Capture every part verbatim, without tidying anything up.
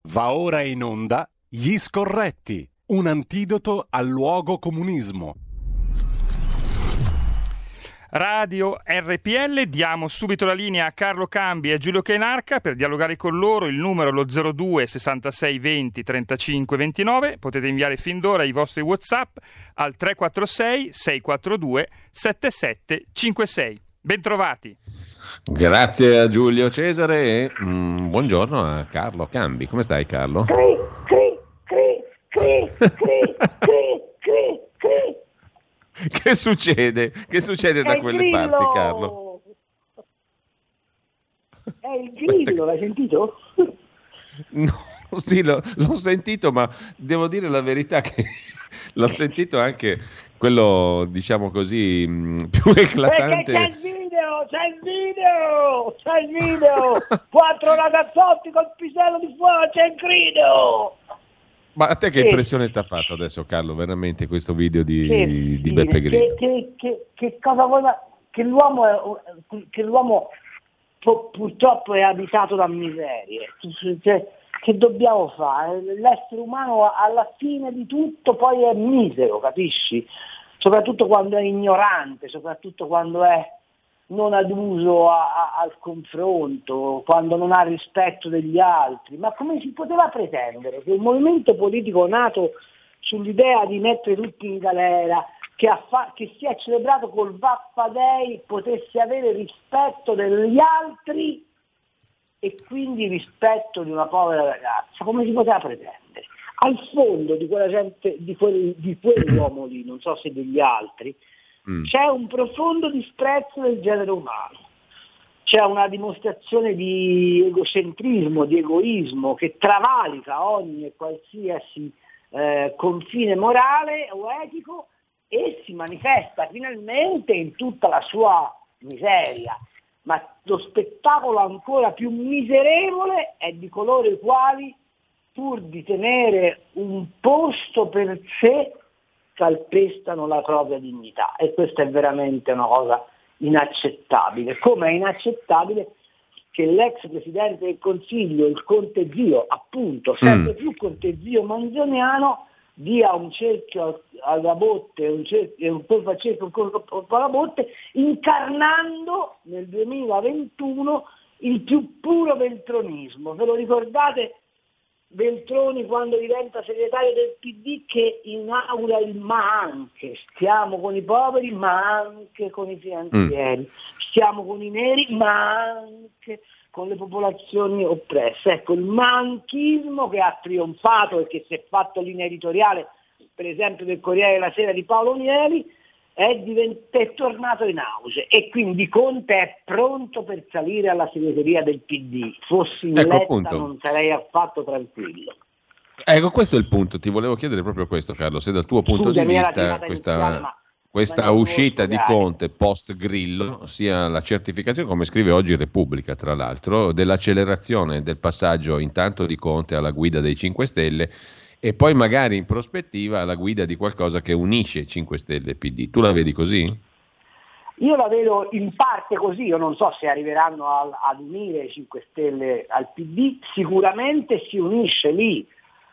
Va ora in onda Gli Scorretti, un antidoto al luogo comunismo. Radio R P L, diamo subito la linea a Carlo Cambi e a Giulio Cainarca per dialogare con loro. Il numero è lo zero due sessantasei venti trentacinque ventinove. Potete inviare fin d'ora i vostri WhatsApp al tre quattro sei sei quattro due sette sette cinque sei. Bentrovati. Grazie a Giulio Cesare e mm, buongiorno a Carlo Cambi. Come stai, Carlo? Cri, cri, cri, cri, cri, cri, cri, cri. Che succede? Che succede da È quelle grillo. parti, Carlo? È il grillo, l'hai sentito? No, sì, l'ho, l'ho sentito, ma devo dire la verità che l'ho sentito anche quello, diciamo così, mh, più eclatante. Perché c'è il video, c'è il video, c'è il video. Quattro ragazzotti col pisello di fuoco, c'è il grido. Ma a te che Sì. impressione ti ha fatto adesso, Carlo, veramente questo video di, Sì, di sì, Beppe Grillo? Che, che, che, che cosa vuoi? Che l'uomo, è, che l'uomo pu- purtroppo è abitato da miserie. Cioè, che dobbiamo fare? L'essere umano alla fine di tutto poi è misero, capisci? Soprattutto quando è ignorante, soprattutto quando è non aduso a, a, al confronto, quando non ha rispetto degli altri. Ma come si poteva pretendere che un movimento politico nato sull'idea di mettere tutti in galera, che, ha fa- che si è celebrato col Vaffa Day, potesse avere rispetto degli altri e quindi rispetto di una povera ragazza? Come si poteva pretendere? Al fondo di quella gente, di, quel, di quell'uomo lì, non so se degli altri, mm. c'è un profondo disprezzo del genere umano. C'è una dimostrazione di egocentrismo, di egoismo che travalica ogni e qualsiasi eh, confine morale o etico e si manifesta finalmente in tutta la sua miseria. Ma lo spettacolo ancora più miserevole è di coloro i quali, pur di tenere un posto per sé, calpestano la propria dignità, e questa è veramente una cosa inaccettabile. Come è inaccettabile che l'ex Presidente del Consiglio, il Conte Zio, appunto, sempre mm. più Conte Zio manzoniano, dia un cerchio alla botte, un cerchio, un colpo al cerchio, un colpo alla botte, incarnando nel duemilaventuno il più puro veltronismo. Ve lo ricordate? Veltroni quando diventa segretario del P D che inaugura il ma anche, stiamo con i poveri ma anche con i finanzieri, mm. stiamo con i neri ma anche con le popolazioni oppresse. Ecco, il manchismo che ha trionfato e che si è fatto linea editoriale, per esempio del Corriere della Sera di Paolo Mieli, è, divent- è tornato in auge e quindi Conte è pronto per salire alla segreteria del P D. Fossi in ecco, Letta appunto. Non sarei affatto tranquillo. Ecco, questo è il punto, ti volevo chiedere proprio questo, Carlo, se dal tuo punto Scusami, di vista questa, iniziale, ma, questa ma uscita di Conte post-Grillo sia la certificazione, come scrive oggi Repubblica tra l'altro, dell'accelerazione del passaggio intanto di Conte alla guida dei cinque Stelle e poi magari in prospettiva alla guida di qualcosa che unisce cinque Stelle e P D. Tu la vedi così? Io la vedo in parte così, io non so se arriveranno a, ad unire i cinque Stelle al P D, sicuramente si unisce lì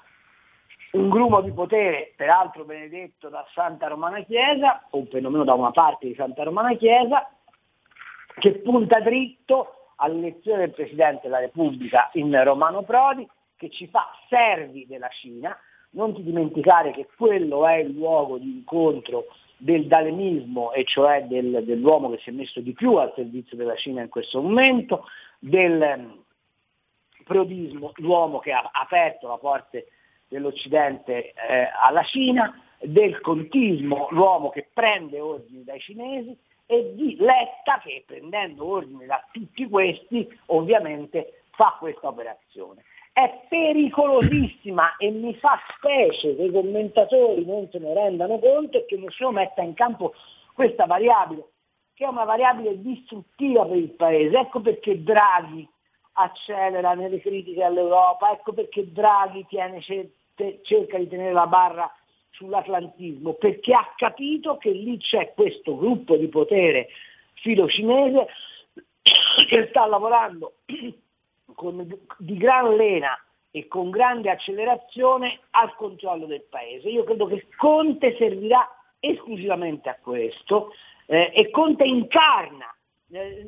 un grumo di potere, peraltro benedetto da Santa Romana Chiesa, o perlomeno da una parte di Santa Romana Chiesa, che punta dritto all'elezione del Presidente della Repubblica in Romano Prodi, che ci fa servi della Cina. Non ti dimenticare che quello è il luogo di incontro del dalemismo, e cioè del, dell'uomo che si è messo di più al servizio della Cina in questo momento, del prodismo, l'uomo che ha aperto la porte dell'Occidente eh, alla Cina, del contismo, l'uomo che prende ordini dai cinesi, e di Letta che, prendendo ordini da tutti questi, ovviamente fa questa operazione. È pericolosissima e mi fa specie che i commentatori non se ne rendano conto e che nessuno metta in campo questa variabile, che è una variabile distruttiva per il Paese. Ecco perché Draghi accelera nelle critiche all'Europa, ecco perché Draghi tiene, cerca di tenere la barra sull'atlantismo, perché ha capito che lì c'è questo gruppo di potere filo-cinese che sta lavorando con, di gran lena e con grande accelerazione al controllo del paese. Io credo che Conte servirà esclusivamente a questo eh, e Conte incarna, eh,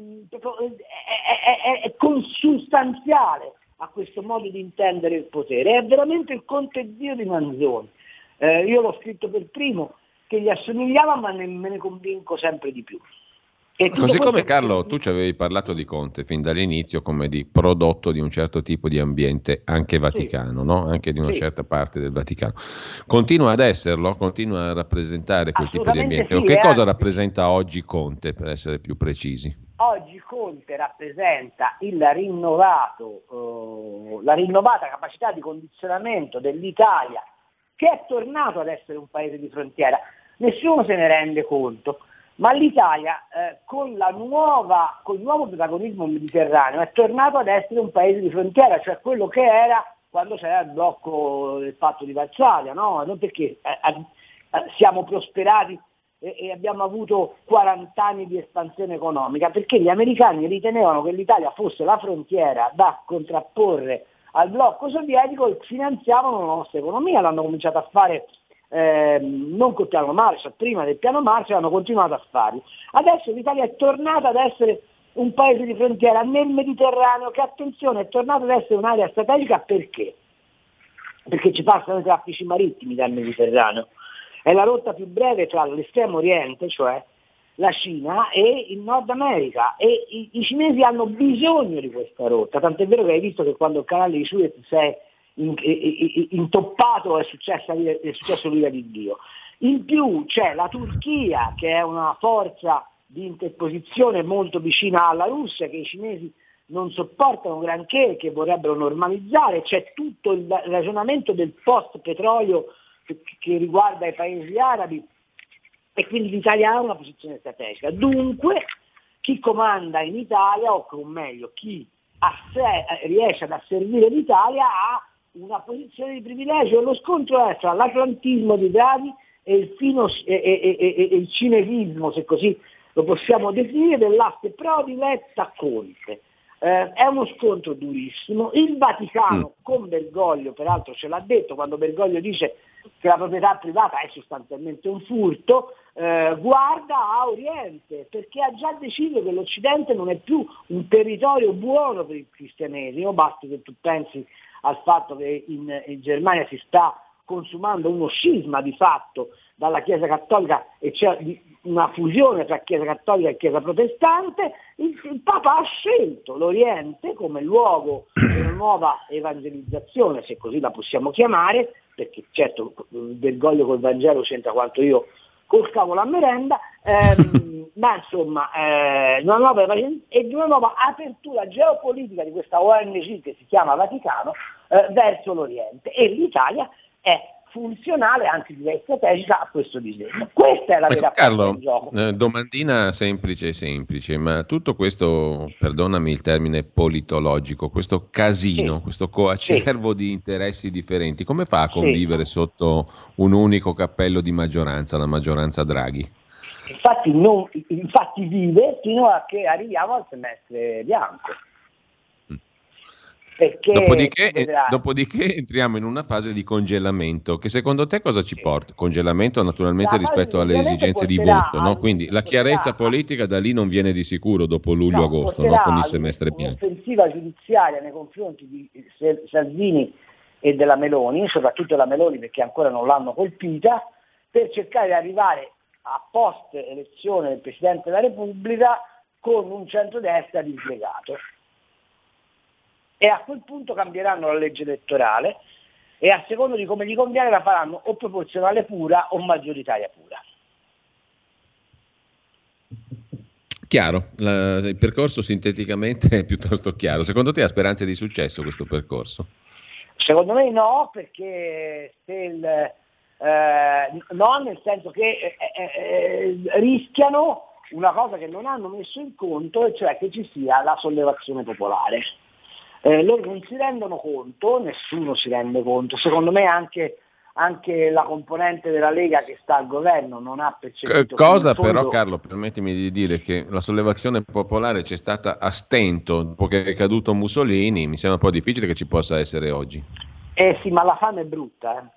è, è, è consustanziale a questo modo di intendere il potere, è veramente il Conte Dio di Manzoni. Eh, io l'ho scritto per primo, che gli assomigliava, ma ne, me ne convinco sempre di più. E così come Carlo, che... tu ci avevi parlato di Conte fin dall'inizio come di prodotto di un certo tipo di ambiente anche vaticano, sì. no? Anche di una sì. certa parte del Vaticano. Continua ad esserlo? Continua a rappresentare quel tipo di ambiente? Sì, o che cosa rappresenta oggi Conte, per essere più precisi? Oggi Conte rappresenta il rinnovato, eh, la rinnovata capacità di condizionamento dell'Italia, che è tornato ad essere un paese di frontiera. Nessuno se ne rende conto. Ma l'Italia eh, con, la nuova, con il nuovo protagonismo mediterraneo è tornato ad essere un paese di frontiera, cioè quello che era quando c'era il blocco del patto di Varsavia, no? Non perché eh, eh, siamo prosperati e, e abbiamo avuto quaranta anni di espansione economica, perché gli americani ritenevano che l'Italia fosse la frontiera da contrapporre al blocco sovietico e finanziavano la nostra economia, l'hanno cominciato a fare Eh, non col piano Marshall, prima del piano Marshall hanno continuato a farlo. Adesso l'Italia è tornata ad essere un paese di frontiera nel Mediterraneo, che attenzione è tornato ad essere un'area strategica perché? Perché ci passano i traffici marittimi dal Mediterraneo, è la rotta più breve tra l'estremo oriente, cioè la Cina, e il Nord America, e i, i cinesi hanno bisogno di questa rotta, tant'è vero che hai visto che quando il canale di Suez si è intoppato è successo, è successo l'ira di Dio. In più c'è la Turchia, che è una forza di interposizione molto vicina alla Russia, che i cinesi non sopportano granché, che vorrebbero normalizzare. C'è tutto il ragionamento del post petrolio che, che riguarda i paesi arabi, e quindi l'Italia ha una posizione strategica. Dunque chi comanda in Italia, o con meglio chi asse- riesce ad asservire l'Italia, ha una posizione di privilegio. Lo scontro è tra l'atlantismo di Draghi e il, fino, e, e, e, e il cinesismo, se così lo possiamo definire, dell'asse Prodi-Letta-Conte. Eh, è uno scontro durissimo. Il Vaticano, mm. con Bergoglio, peraltro ce l'ha detto, quando Bergoglio dice che la proprietà privata è sostanzialmente un furto, eh, guarda a Oriente, perché ha già deciso che l'Occidente non è più un territorio buono per il cristianesimo. Basti che tu pensi al fatto che in, in Germania si sta consumando uno scisma di fatto dalla Chiesa Cattolica e c'è una fusione tra Chiesa Cattolica e Chiesa Protestante. Il, il Papa ha scelto l'Oriente come luogo di una nuova evangelizzazione, se così la possiamo chiamare, perché certo Bergoglio col Vangelo c'entra quanto io col cavolo a merenda, ehm, ma insomma eh, una nuova e di una nuova apertura geopolitica di questa O N G che si chiama Vaticano eh, verso l'Oriente, e l'Italia è funzionale, anzi direi strategica, a questo disegno. Questa è la vera ecco, Carlo, del gioco. Eh, domandina semplice semplice, ma tutto questo, perdonami il termine politologico, questo casino, sì. questo coacervo sì. di interessi differenti, come fa a convivere sì. sotto un unico cappello di maggioranza, la maggioranza Draghi? Infatti, non, infatti vive fino a che arriviamo al semestre bianco. Perché dopodiché, dopodiché entriamo in una fase di congelamento che secondo te cosa ci porta? Congelamento naturalmente rispetto alle esigenze di voto, no? Quindi la chiarezza politica da lì non viene di sicuro dopo luglio-agosto, no, no? Con il semestre bianco. Un'offensiva giudiziaria nei confronti di Salvini e della Meloni, soprattutto della Meloni perché ancora non l'hanno colpita, per cercare di arrivare a post elezione del Presidente della Repubblica con un centrodestra dispiegato. E a quel punto cambieranno la legge elettorale e a secondo di come gli conviene la faranno o proporzionale pura o maggioritaria pura. Chiaro, la, il percorso sinteticamente è piuttosto chiaro. Secondo te ha speranze di successo questo percorso? Secondo me no, perché se il, eh, no, nel senso che eh, eh, rischiano una cosa che non hanno messo in conto, e cioè che ci sia la sollevazione popolare. Eh, loro non si rendono conto, nessuno si rende conto, secondo me anche anche la componente della Lega che sta al governo non ha percepito. Cosa però, Carlo, permettimi di dire che la sollevazione popolare c'è stata a stento dopo che è caduto Mussolini, mi sembra un po' difficile che ci possa essere oggi. Eh sì, ma la fame è brutta, eh.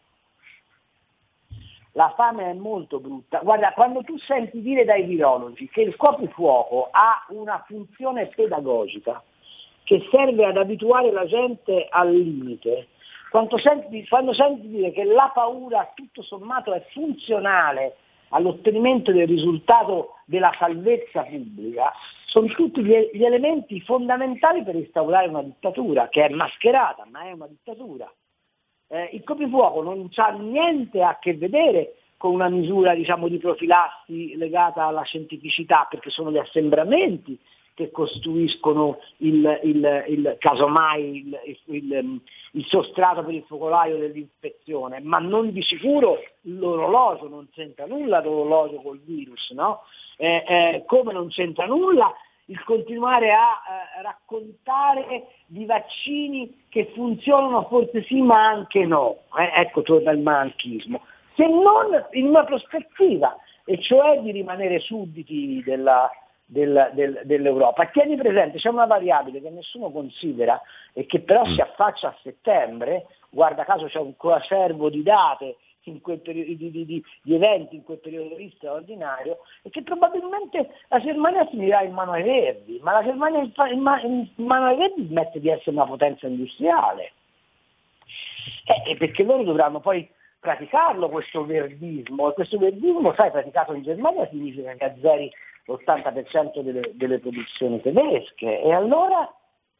La fame è molto brutta. Guarda, quando tu senti dire dai virologi che il coprifuoco ha una funzione pedagogica, che serve ad abituare la gente al limite, quando senti, quando senti dire che la paura tutto sommato è funzionale all'ottenimento del risultato della salvezza pubblica, sono tutti gli, gli elementi fondamentali per instaurare una dittatura, che è mascherata, ma è una dittatura. Eh, il coprifuoco non c'ha niente a che vedere con una misura, diciamo, di profilassi legata alla scientificità, perché sono gli assembramenti che costruiscono il, il, il casomai il, il, il sostrato per il focolaio dell'infezione, ma non di sicuro l'orologio, non c'entra nulla l'orologio col virus, no? Eh, eh, come non c'entra nulla il continuare a eh, raccontare di vaccini che funzionano forse sì ma anche no, eh, ecco torna il manchismo, se non in una prospettiva, e cioè di rimanere sudditi della, del, del, dell'Europa. Tieni presente, c'è una variabile che nessuno considera e che però si affaccia a settembre, guarda caso c'è un coacervo di date, in quel periodo, di, di, di, di eventi in quel periodo di straordinario, e che probabilmente la Germania finirà in mano ai Verdi, ma la Germania in, in, in mano ai Verdi smette di essere una potenza industriale, eh, perché loro dovranno poi praticarlo questo verdismo, e questo verdismo, sai, praticato in Germania significa che azzeri l'ottanta per cento delle, delle produzioni tedesche, e allora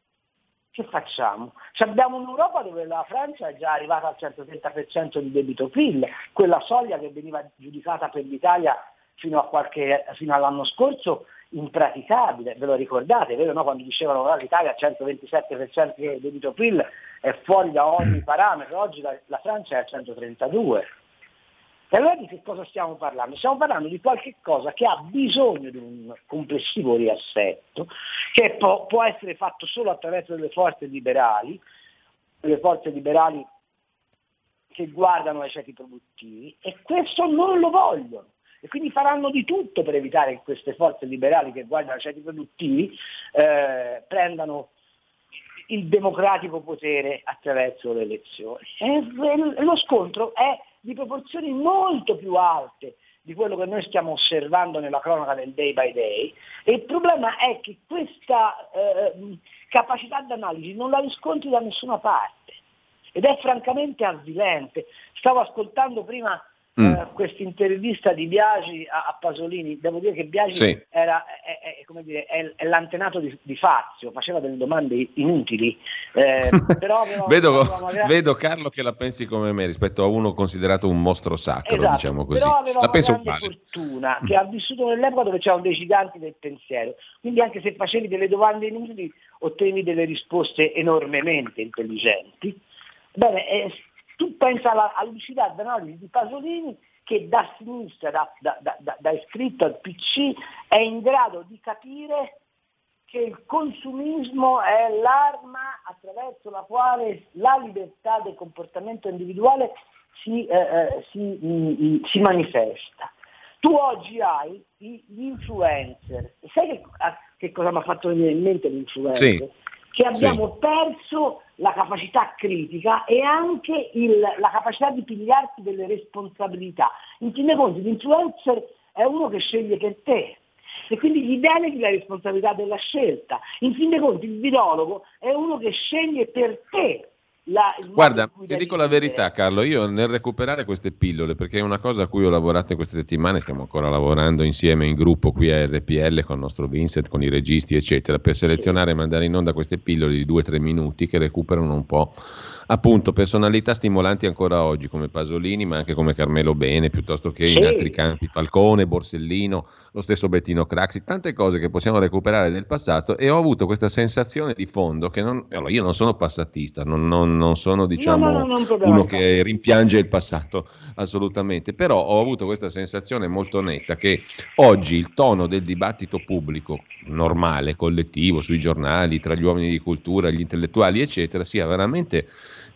che facciamo? Abbiamo un'Europa dove la Francia è già arrivata al centotrenta per cento di debito P I L, quella soglia che veniva giudicata per l'Italia fino, a qualche, fino all'anno scorso impraticabile, ve lo ricordate, vero, no? Quando dicevano che l'Italia al centoventisette per cento di debito P I L è fuori da ogni parametro, oggi la, la Francia è al centotrentadue. E allora di che cosa stiamo parlando? Stiamo parlando di qualche cosa che ha bisogno di un complessivo riassetto, che può, può essere fatto solo attraverso delle forze liberali, delle forze liberali che guardano ai ceti produttivi, e questo non lo vogliono. E quindi faranno di tutto per evitare che queste forze liberali che guardano ai ceti produttivi eh, prendano il democratico potere attraverso le elezioni. E lo scontro è di proporzioni molto più alte di quello che noi stiamo osservando nella cronaca del day by day, e il problema è che questa eh, capacità d'analisi non la riscontri da nessuna parte, ed è francamente avvilente. Stavo ascoltando prima mm. eh, questa intervista di Biagi a, a Pasolini, devo dire che Biagi sì. era è, è, come dire, è, è l'antenato di, di Fazio, faceva delle domande inutili, eh, però vedo, gra- vedo Carlo che la pensi come me rispetto a uno considerato un mostro sacro, esatto, diciamo così. Però aveva la una penso grande uguale. fortuna, che ha vissuto nell'epoca dove c'erano dei giganti del pensiero, quindi anche se facevi delle domande inutili ottenevi delle risposte enormemente intelligenti. Bene, eh, tu pensa alla, alla lucidità d'analisi di Pasolini, che da sinistra, da, da, da, da iscritto al P C, è in grado di capire che il consumismo è l'arma attraverso la quale la libertà del comportamento individuale si, eh, si, mh, si manifesta. Tu oggi hai gli influencer, sai che, che cosa mi ha fatto venire in mente l'influencer? Sì. Che abbiamo sì. perso la capacità critica e anche il, la capacità di pigliarsi delle responsabilità. In fin dei conti l'influencer è uno che sceglie per te e quindi gli deleghi la responsabilità della scelta. In fin dei conti il virologo è uno che sceglie per te. La, Guarda, ti dico la verità, Carlo, io nel recuperare queste pillole, perché è una cosa a cui ho lavorato in queste settimane, stiamo ancora lavorando insieme in gruppo qui a R P L con il nostro Vincent, con i registi eccetera, per selezionare e mandare in onda queste pillole di due tre minuti che recuperano un po' appunto personalità stimolanti ancora oggi come Pasolini, ma anche come Carmelo Bene, piuttosto che in altri campi Falcone, Borsellino, lo stesso Bettino Craxi, tante cose che possiamo recuperare del passato, e ho avuto questa sensazione di fondo che non, allora io non sono passatista, non, non, non sono diciamo no, no, no, uno che rimpiange il passato assolutamente, però ho avuto questa sensazione molto netta che oggi il tono del dibattito pubblico normale, collettivo, sui giornali, tra gli uomini di cultura, gli intellettuali eccetera, sia veramente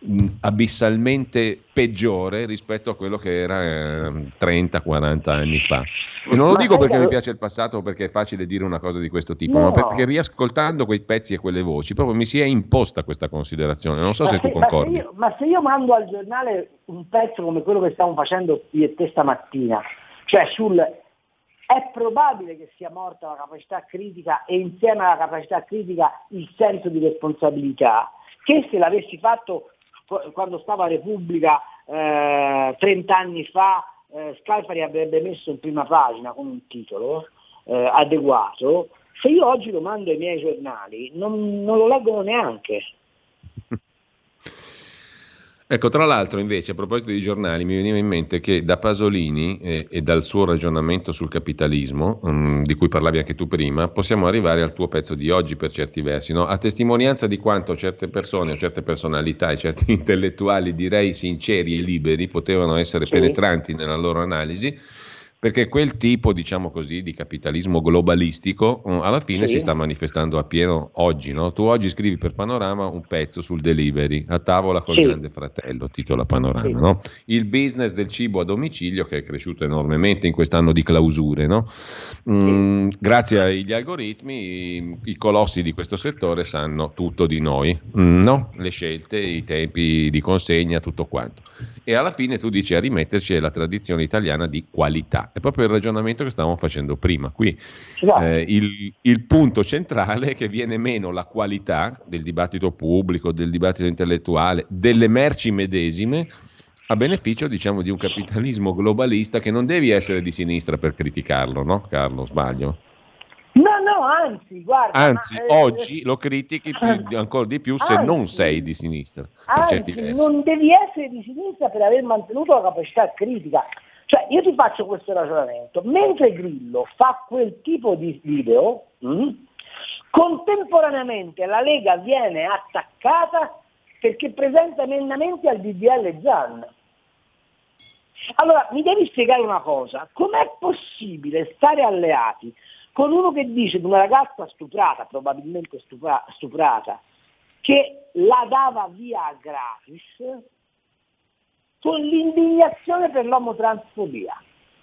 mh, abissalmente peggiore rispetto a quello che era eh, trenta quaranta anni fa. E non lo Ma dico perché sai, mi piace il passato, perché è facile dire una cosa di questo tipo, no, ma perché riascoltando quei pezzi e quelle voci proprio mi si è imposta questa considerazione. Non so ma se se, tu ma, se concordi. io, ma se io mando al giornale un pezzo come quello che stiamo facendo io e te stamattina, cioè sul è probabile che sia morta la capacità critica e insieme alla capacità critica il senso di responsabilità, che se l'avessi fatto quando stava a Repubblica eh, trenta anni fa, eh, Scalfari avrebbe messo in prima pagina con un titolo eh, adeguato. Se io oggi lo mando ai miei giornali non, non lo leggono neanche. Ecco, tra l'altro invece a proposito di giornali mi veniva in mente che da Pasolini eh, e dal suo ragionamento sul capitalismo, um, di cui parlavi anche tu prima, possiamo arrivare al tuo pezzo di oggi per certi versi, no? A testimonianza di quanto certe persone, certe personalità e certi intellettuali, direi sinceri e liberi, potevano essere Sì. penetranti nella loro analisi, perché quel tipo, diciamo così, di capitalismo globalistico um, alla fine Sì. si sta manifestando appieno oggi, no? Tu oggi scrivi per Panorama un pezzo sul delivery, a tavola col Sì. grande fratello, titola Panorama, Sì. no? Il business del cibo a domicilio che è cresciuto enormemente in quest'anno di clausure, no? Mm, Sì. Grazie agli algoritmi i, i colossi di questo settore sanno tutto di noi, mm, no? Le scelte, i tempi di consegna, tutto quanto. E alla fine tu dici a rimetterci alla tradizione italiana di qualità. È proprio il ragionamento che stavamo facendo prima. Qui Esatto. eh, il, il punto centrale è che viene meno la qualità del dibattito pubblico, del dibattito intellettuale, delle merci medesime, a beneficio, diciamo, di un capitalismo globalista che non devi essere di sinistra per criticarlo, no Carlo? Sbaglio? No, no, anzi, guarda. Anzi, ma, eh, oggi lo critichi più, ancora di più se anzi, non sei di sinistra, per certi Anzi, versi. non devi essere di sinistra per aver mantenuto la capacità critica. Cioè, io ti faccio questo ragionamento. Mentre Grillo fa quel tipo di video, mh, contemporaneamente la Lega viene attaccata perché presenta emendamenti al D D L Zan. Allora, mi devi spiegare una cosa. Com'è possibile stare alleati con uno che dice di una ragazza stuprata, probabilmente stupra- stuprata, che la dava via gratis, con l'indignazione per l'omotransfobia?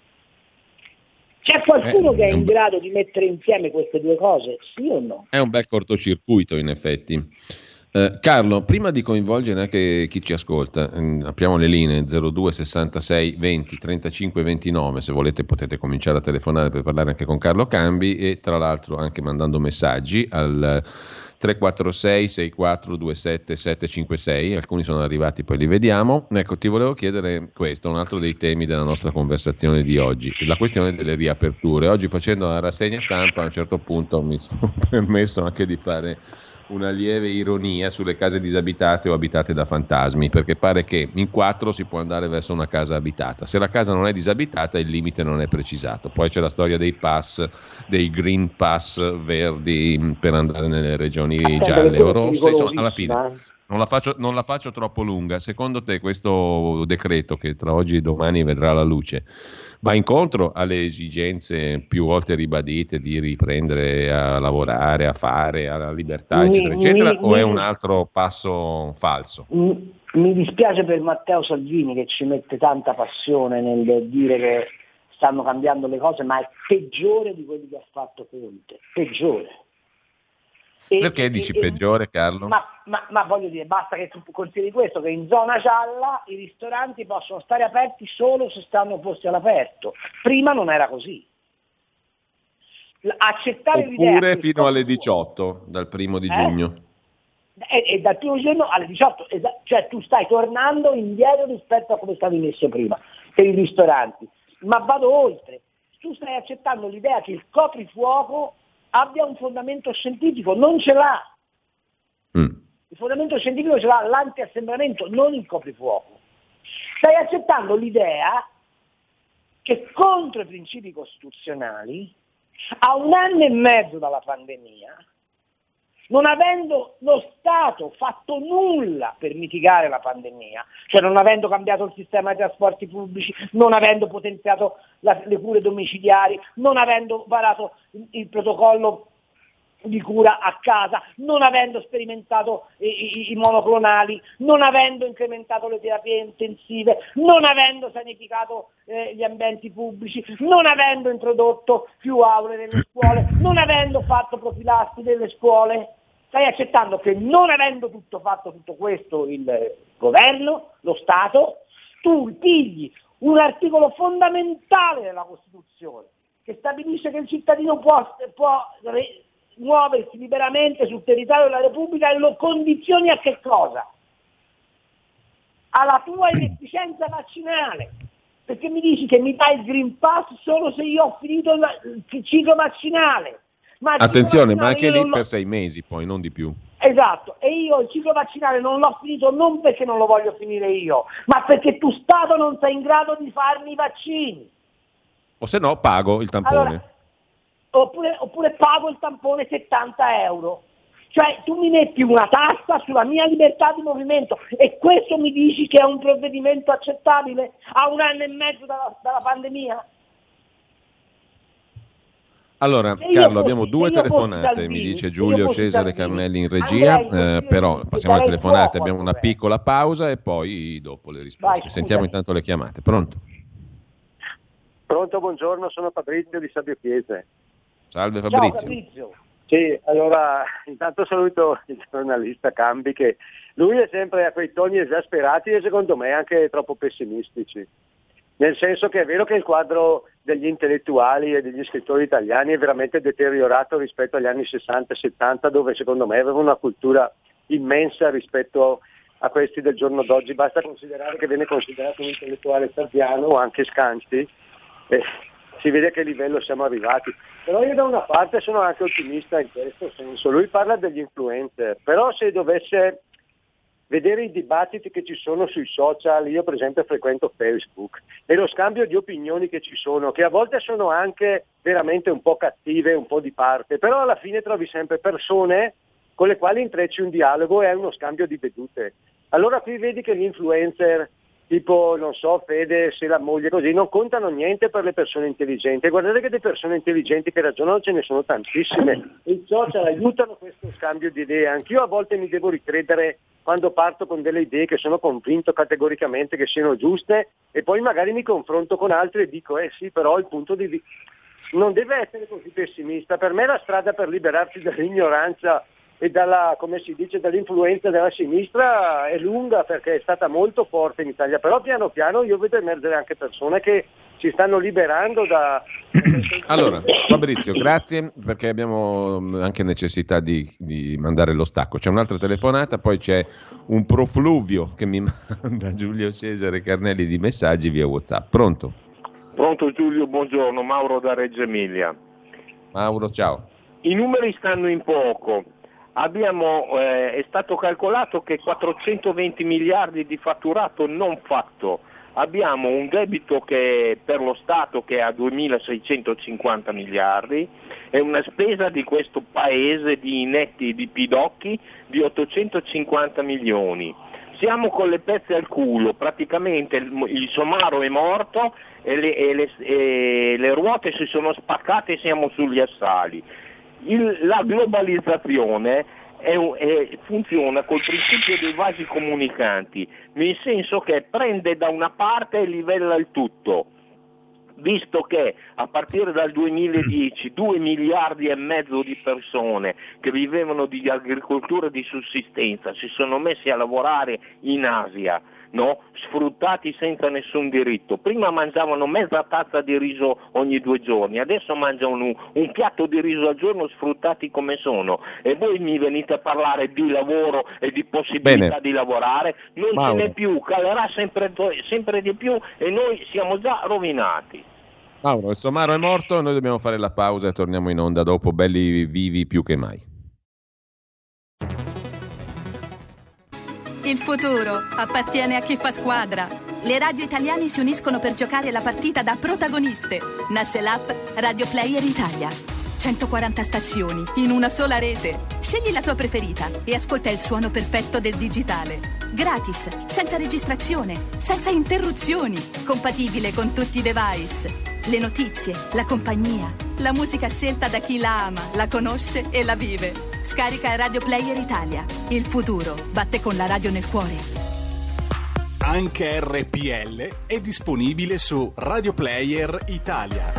C'è qualcuno Eh, che è è un in be- grado di mettere insieme queste due cose? Sì o no? È un bel cortocircuito, in effetti. Eh, Carlo, prima di coinvolgere anche chi ci ascolta, ehm, apriamo le linee zero due sessantasei venti trentacinque ventinove, se volete potete cominciare a telefonare per parlare anche con Carlo Cambi e tra l'altro anche mandando messaggi al tre quattro sei sei quattro due sette sette cinque sei, alcuni sono arrivati, poi li vediamo. Ecco, ti volevo chiedere questo, un altro dei temi della nostra conversazione di oggi, la questione delle riaperture. Oggi facendo la rassegna stampa a un certo punto mi sono permesso anche di fare una lieve ironia sulle case disabitate o abitate da fantasmi, perché pare che in quattro si può andare verso una casa abitata. Se la casa non è disabitata il limite non è precisato. Poi c'è la storia dei pass, dei green pass verdi per andare nelle regioni Attento, gialle perché o è rosse. Insomma, alla fine pericolosissima, eh. non la, faccio, non la faccio troppo lunga. Secondo te questo decreto, che tra oggi e domani vedrà la luce, va incontro alle esigenze più volte ribadite di riprendere a lavorare, a fare, alla libertà, Mi, eccetera, eccetera, mi, o è mi, un altro passo falso? mi- mi dispiace per Matteo Salvini che ci mette tanta passione nel dire che stanno cambiando le cose, ma è peggiore di quelli che ha fatto Conte, peggiore. E, Perché e, dici e, peggiore, Carlo? ma, ma, ma voglio dire, basta che tu consideri questo, che in zona gialla i ristoranti possono stare aperti solo se stanno posti all'aperto. Prima non era così. L- Accettare l'idea Oppure che fino alle fuoco- diciotto, dal primo di Eh? giugno. E, e dal primo giorno alle diciotto, esa- cioè tu stai tornando indietro rispetto a come stavi messo prima per i ristoranti. Ma vado oltre, tu stai accettando l'idea che il coprifuoco abbia un fondamento scientifico, non ce l'ha. Mm. Il fondamento scientifico ce l'ha l'antiassembramento, non il coprifuoco. Stai accettando l'idea che contro i principi costituzionali, a un anno e mezzo dalla pandemia, non avendo lo Stato fatto nulla per mitigare la pandemia, cioè non avendo cambiato il sistema dei trasporti pubblici, non avendo potenziato la, le cure domiciliari, non avendo varato il, il protocollo di cura a casa, non avendo sperimentato i, i, i monoclonali, non avendo incrementato le terapie intensive, non avendo sanificato eh, gli ambienti pubblici, non avendo introdotto più aule nelle scuole, non avendo fatto profilassi nelle scuole. Stai accettando che, non avendo tutto fatto tutto questo il governo, lo Stato, tu pigli un articolo fondamentale della Costituzione che stabilisce che il cittadino può, può re, muoversi liberamente sul territorio della Repubblica, e lo condizioni a che cosa? Alla tua inefficienza vaccinale, perché mi dici che mi dai il Green Pass solo se io ho finito il, il ciclo vaccinale. Ma attenzione, ma anche lì lo... per sei mesi poi, non di più. Esatto, e io il ciclo vaccinale non l'ho finito non perché non lo voglio finire io, ma perché tu Stato non sei in grado di farmi i vaccini. O se no pago il tampone. Allora, oppure, oppure pago il tampone settanta euro. Cioè tu mi metti una tassa sulla mia libertà di movimento, e questo mi dici che è un provvedimento accettabile a un anno e mezzo dalla, dalla pandemia? Allora, Carlo, abbiamo due telefonate, mi dice Giulio Cesare Carnelli in regia, eh, però passiamo alle telefonate, abbiamo una piccola pausa e poi dopo le risposte. Vai, sentiamo intanto le chiamate. Pronto? Pronto, buongiorno, sono Fabrizio di Sabio Chiese. Salve Fabrizio. Ciao Fabrizio. Sì, allora intanto saluto il giornalista Cambi, che lui è sempre a quei toni esasperati e secondo me anche troppo pessimistici. Nel senso che è vero che il quadro degli intellettuali e degli scrittori italiani è veramente deteriorato rispetto agli anni sessanta settanta, dove secondo me aveva una cultura immensa rispetto a questi del giorno d'oggi. Basta considerare che viene considerato un intellettuale tardiano o anche Scanzi, e si vede a che livello siamo arrivati. Però io da una parte sono anche ottimista in questo senso. Lui parla degli influencer, però se dovesse vedere i dibattiti che ci sono sui social, io per esempio frequento Facebook, e lo scambio di opinioni che ci sono, che a volte sono anche veramente un po' cattive, un po' di parte, però alla fine trovi sempre persone con le quali intrecci un dialogo e hai uno scambio di vedute. Allora qui vedi che gli influencer, tipo, non so, Fede, se la moglie, così, non contano niente per le persone intelligenti. Guardate che di persone intelligenti che ragionano ce ne sono tantissime. I social aiutano questo scambio di idee. Anch'io a volte mi devo ricredere quando parto con delle idee che sono convinto categoricamente che siano giuste, e poi magari mi confronto con altri e dico, eh sì, però il punto di vista non deve essere così pessimista. Per me la strada per liberarsi dall'ignoranza e dalla, come si dice, dall'influenza della sinistra è lunga, perché è stata molto forte in Italia, però piano piano io vedo emergere anche persone che si stanno liberando da... Allora, Fabrizio, grazie, perché abbiamo anche necessità di, di mandare lo stacco. C'è un'altra telefonata, poi c'è un profluvio che mi manda Giulio Cesare Carnelli di messaggi via WhatsApp. Pronto? Pronto Giulio, buongiorno, Mauro da Reggio Emilia. Mauro, ciao. I numeri stanno in poco. Abbiamo, eh, è stato calcolato che quattrocentoventi miliardi di fatturato non fatto. Abbiamo un debito che per lo Stato che è a duemilaseicentocinquanta miliardi e una spesa di questo paese di inetti e di pidocchi di ottocentocinquanta milioni. Siamo con le pezze al culo, praticamente il, il somaro è morto e le, e, le, e le ruote si sono spaccate e siamo sugli assali. Il, la globalizzazione è, è, funziona col principio dei vasi comunicanti, nel senso che prende da una parte e livella il tutto, visto che a partire dal duemiladieci due miliardi e mezzo di persone che vivevano di agricoltura di sussistenza si sono messi a lavorare in Asia, no? Sfruttati senza nessun diritto. Prima mangiavano mezza tazza di riso ogni due giorni, adesso mangiano un, un piatto di riso al giorno, sfruttati come sono, e voi mi venite a parlare di lavoro e di possibilità Bene. di lavorare. Non Mauro. ce n'è più, calerà sempre, sempre di più e noi siamo già rovinati. Mauro, il somaro è morto, noi dobbiamo fare la pausa e torniamo in onda dopo, belli vivi più che mai. Il futuro appartiene a chi fa squadra. Le radio italiane si uniscono per giocare la partita da protagoniste. Nasce l'app Radio Player Italia. centoquaranta stazioni in una sola rete. Scegli la tua preferita e ascolta il suono perfetto del digitale. Gratis, senza registrazione, senza interruzioni, compatibile con tutti i device. le notizie, la compagnia, la musica scelta da chi la ama, la conosce e la vive. Scarica Radio Player Italia. Il futuro batte con la radio nel cuore. Anche R P L è disponibile su Radio Player Italia.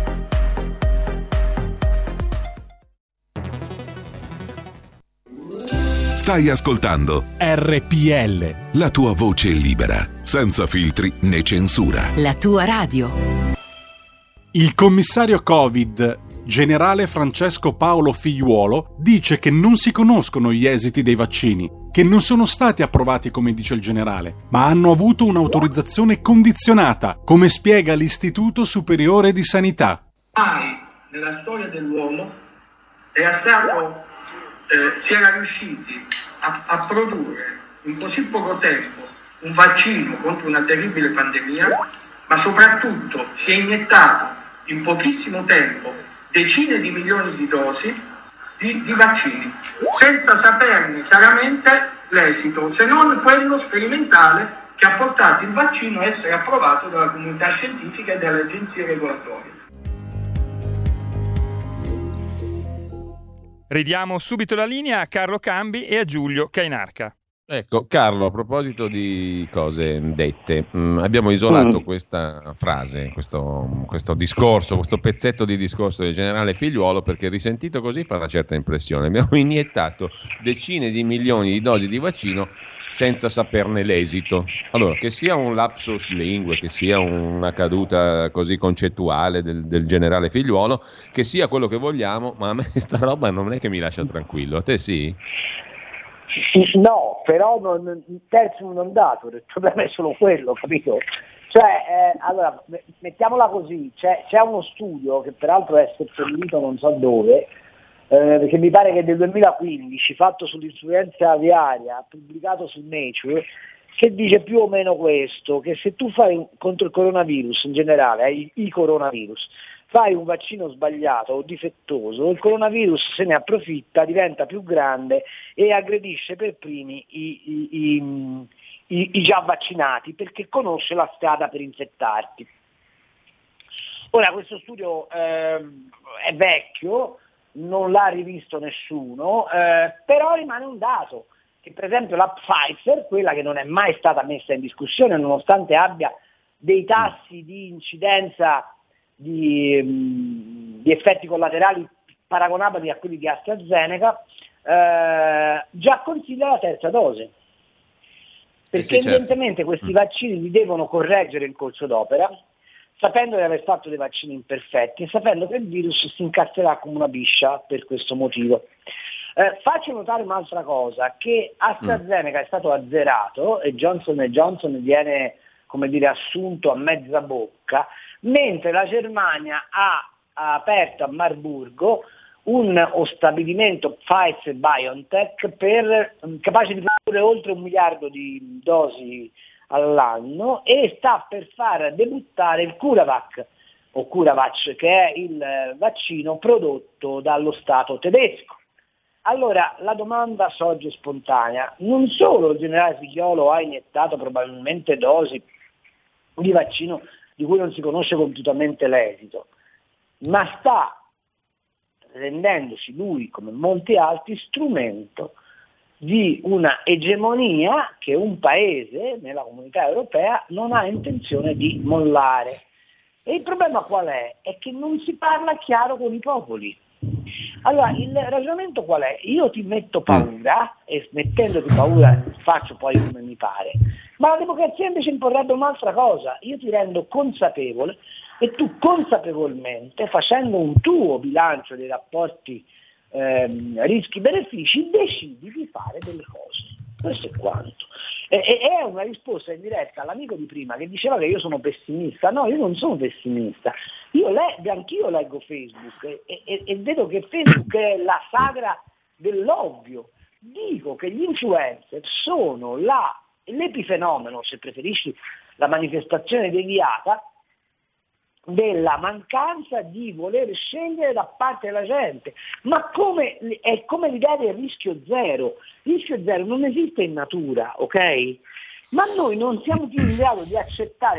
Stai ascoltando R P L, la tua voce libera, senza filtri né censura. La tua radio. Il commissario Covid, generale Francesco Paolo Figliuolo, dice che non si conoscono gli esiti dei vaccini, che non sono stati approvati come dice il generale, ma hanno avuto un'autorizzazione condizionata, come spiega l'Istituto Superiore di Sanità. Mai nella storia dell'uomo era stato, eh, si era riusciti a, a produrre in così poco tempo un vaccino contro una terribile pandemia, ma soprattutto si è iniettato in pochissimo tempo decine di milioni di dosi di, di vaccini, senza saperne chiaramente l'esito, se non quello sperimentale che ha portato il vaccino a essere approvato dalla comunità scientifica e dalle agenzie regolatorie. Ridiamo subito la linea a Carlo Cambi e a Giulio Cainarca. Ecco, Carlo, a proposito di cose dette, mh, abbiamo isolato Mm. questa frase, questo, questo discorso, questo pezzetto di discorso del generale Figliuolo, perché risentito così fa una certa impressione. Abbiamo iniettato decine di milioni di dosi di vaccino senza saperne l'esito. Allora, che sia un lapsus lingue, che sia una caduta così concettuale del, del generale Figliuolo, che sia quello che vogliamo, ma a me sta roba non è che mi lascia tranquillo. A te sì? No, però non, il terzo non dato, il problema è solo quello, capito? Cioè, eh, allora, mettiamola così, c'è, c'è uno studio che peraltro è seppellito non so dove, eh, che mi pare che è del duemilaquindici, fatto sull'influenza aviaria, pubblicato su Nature, che dice più o meno questo, che se tu fai contro il coronavirus in generale, eh, i, i coronavirus, fai un vaccino sbagliato o difettoso, il coronavirus se ne approfitta, diventa più grande e aggredisce per primi i, i, i, i, i già vaccinati, perché conosce la strada per infettarti. Ora, questo studio eh, è vecchio, non l'ha rivisto nessuno, eh, però rimane un dato, che per esempio la Pfizer, quella che non è mai stata messa in discussione, nonostante abbia dei tassi di incidenza Di, di effetti collaterali paragonabili a quelli di AstraZeneca, eh, già consiglia la terza dose, perché eh sì, evidentemente certo. questi vaccini li devono correggere in corso d'opera, sapendo di aver fatto dei vaccini imperfetti e sapendo che il virus si incastrerà come una biscia per questo motivo. Eh, faccio notare un'altra cosa, che AstraZeneca mm. è stato azzerato e Johnson and Johnson viene, come dire, assunto a mezza bocca, mentre la Germania ha, ha aperto a Marburgo un stabilimento Pfizer-BioNTech per, capace di produrre oltre un miliardo di dosi all'anno, e sta per far debuttare il CureVac, o CureVac, che è il vaccino prodotto dallo Stato tedesco. Allora la domanda sorge spontanea: non solo il generale Figliuolo ha iniettato probabilmente dosi di vaccino di cui non si conosce compiutamente l'esito, ma sta rendendosi lui, come molti altri, strumento di una egemonia che un paese nella comunità europea non ha intenzione di mollare. E il problema qual è? È che non si parla chiaro con i popoli. Allora, il ragionamento qual è? Io ti metto paura e mettendoti paura faccio poi come mi pare, ma la democrazia invece imporrebbe un'altra cosa: io ti rendo consapevole e tu consapevolmente, facendo un tuo bilancio dei rapporti ehm, rischi-benefici, decidi di fare delle cose. Questo è quanto. E, e, è una risposta in diretta all'amico di prima che diceva che io sono pessimista. No, io non sono pessimista. Io leggo, anch'io leggo Facebook e, e, e vedo che Facebook è la sagra dell'ovvio. Dico che gli influencer sono la, l'epifenomeno, se preferisci la manifestazione deviata, della mancanza di voler scegliere da parte della gente, ma come, è come l'idea del rischio zero. Il rischio zero non esiste in natura, ok? Ma noi non siamo più in grado di accettare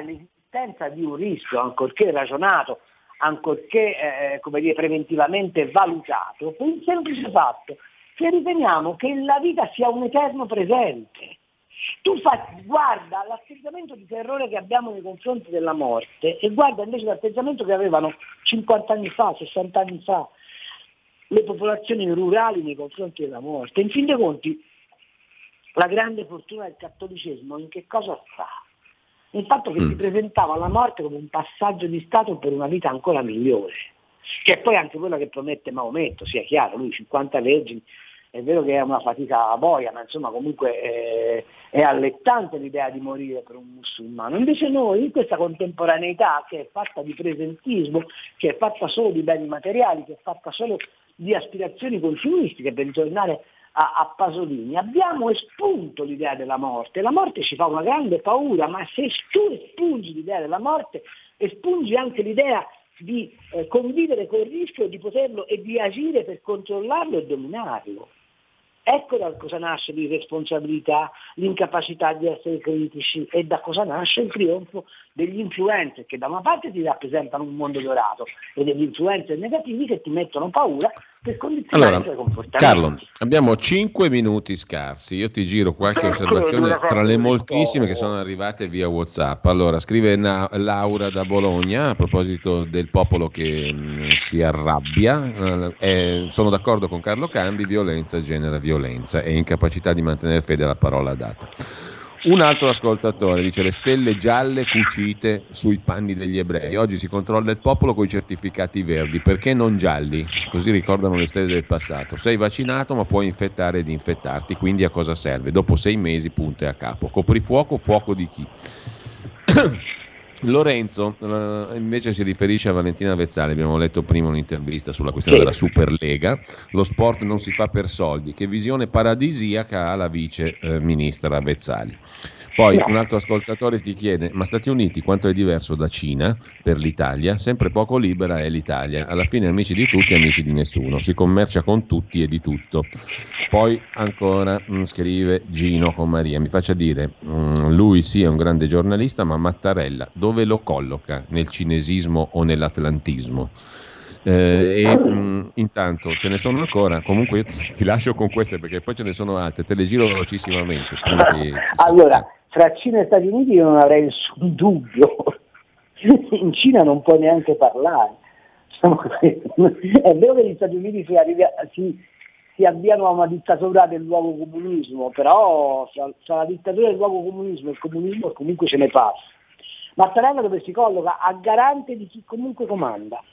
l'esistenza di un rischio, ancorché ragionato, ancorché eh, come dire, preventivamente valutato, per il semplice fatto che riteniamo che la vita sia un eterno presente. Tu fa, guarda l'atteggiamento di terrore che abbiamo nei confronti della morte e guarda invece l'atteggiamento che avevano cinquanta anni fa, sessanta anni fa le popolazioni rurali nei confronti della morte. In fin dei conti, la grande fortuna del cattolicesmo in che cosa sta? Il fatto che mm. si presentava la morte come un passaggio di stato per una vita ancora migliore, che è poi anche quella che promette Maometto, sia chiaro, lui cinquanta vergini. È vero che è una fatica boia, ma insomma comunque è, è allettante l'idea di morire per un musulmano. Invece noi, in questa contemporaneità che è fatta di presentismo, che è fatta solo di beni materiali, che è fatta solo di aspirazioni consumistiche, per ritornare a, a Pasolini, abbiamo espunto l'idea della morte. La morte ci fa una grande paura, ma se tu espungi l'idea della morte, espungi anche l'idea di eh, convivere col rischio di poterlo e di agire per controllarlo e dominarlo. Ecco da cosa nasce l'irresponsabilità, l'incapacità di essere critici e da cosa nasce il trionfo degli influencer che da una parte ti rappresentano un mondo dorato e degli influencer negativi che ti mettono paura per condizionare i tuoi comportamenti. Carlo, abbiamo cinque minuti scarsi, io ti giro qualche osservazione tra le moltissime che sono arrivate via WhatsApp. Allora, scrive Na- Laura da Bologna a proposito del popolo che mh, si arrabbia, eh, sono d'accordo con Carlo Cambi, violenza genera violenza e incapacità di mantenere fede alla parola data. Un altro ascoltatore dice: le stelle gialle cucite sui panni degli ebrei, oggi si controlla il popolo con i certificati verdi, perché non gialli? Così ricordano le stelle del passato. Sei vaccinato ma puoi infettare ed infettarti, quindi a cosa serve? Dopo sei mesi punto e a capo. Coprifuoco, fuoco di chi? Lorenzo uh, invece si riferisce a Valentina Vezzali, abbiamo letto prima un'intervista sulla questione sì. della Superlega, lo sport non si fa per soldi, che visione paradisiaca ha la vice eh, ministra Vezzali. Poi no. un altro ascoltatore ti chiede: ma Stati Uniti quanto è diverso da Cina per l'Italia? Sempre poco libera è l'Italia, alla fine amici di tutti, amici di nessuno, si commercia con tutti e di tutto. Poi ancora mh, scrive Gino con Maria: mi faccia dire, mh, lui sì è un grande giornalista, ma Mattarella dove lo colloca? Nel cinesismo o nell'atlantismo? Eh, e mh, intanto ce ne sono ancora, comunque io ti, ti lascio con queste perché poi ce ne sono altre, te le giro velocissimamente. Allora, tra Cina e Stati Uniti io non avrei nessun dubbio, in Cina non puoi neanche parlare. È vero che gli Stati Uniti si, arrivi a, si, si avviano a una dittatura del nuovo comunismo, però tra, tra la dittatura del nuovo comunismo e il comunismo comunque ce ne passa. Mattarella dove si colloca? A garante di chi comunque comanda.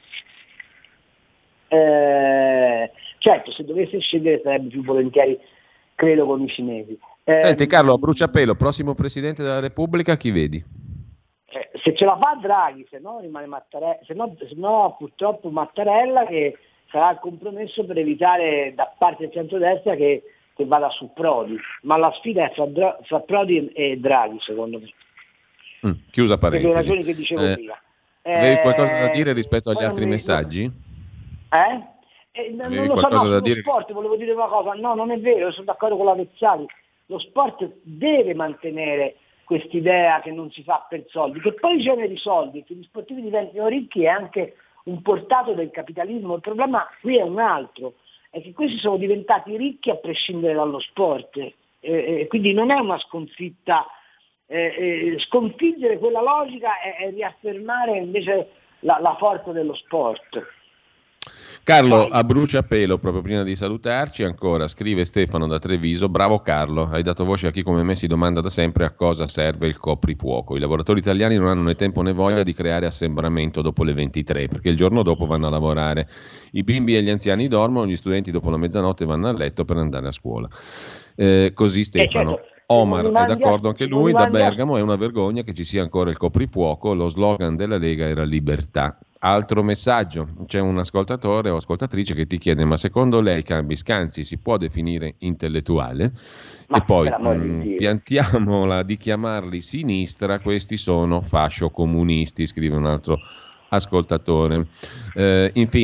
Eh, certo, se dovesse scegliere sarebbe più volentieri, credo, con i cinesi. Eh, Senti Carlo, a bruciapelo, prossimo Presidente della Repubblica chi vedi? Eh, se ce la fa Draghi, se no rimane Mattarella, se no, se no purtroppo Mattarella, che sarà il compromesso per evitare da parte del centrodestra che, che vada su Prodi, ma la sfida è fra, fra Prodi e Draghi, secondo me. Mm, chiusa parentesi. Per le ragioni che dicevo eh, prima. Avevi qualcosa da dire rispetto agli altri mi... messaggi? Eh? Eh, non lo so, no, sullo dire... sport volevo dire una cosa, no, non è vero, sono d'accordo con la Vezzali, lo sport deve mantenere quest'idea che non si fa per soldi, che poi generi soldi, che gli sportivi diventino ricchi è anche un portato del capitalismo. Il problema qui è un altro, è che questi sono diventati ricchi a prescindere dallo sport, eh, eh, quindi non è una sconfitta, eh, eh, sconfiggere quella logica è, è riaffermare invece la, la forza dello sport. Carlo, a bruciapelo, proprio prima di salutarci, ancora scrive Stefano da Treviso: bravo Carlo, hai dato voce a chi come me si domanda da sempre a cosa serve il coprifuoco. I lavoratori italiani non hanno né tempo né voglia di creare assembramento dopo le ventitré, perché il giorno dopo vanno a lavorare. I bimbi e gli anziani dormono, gli studenti dopo la mezzanotte vanno a letto per andare a scuola. Eh, così Stefano. certo. Omar è d'accordo anche lui, da Bergamo: è una vergogna che ci sia ancora il coprifuoco, lo slogan della Lega era libertà. Altro messaggio, c'è un ascoltatore o ascoltatrice che ti chiede: ma secondo lei Cambi Scanzi si può definire intellettuale? Ma e poi mh, piantiamola di chiamarli sinistra, questi sono fascio comunisti, scrive un altro ascoltatore. Eh, infine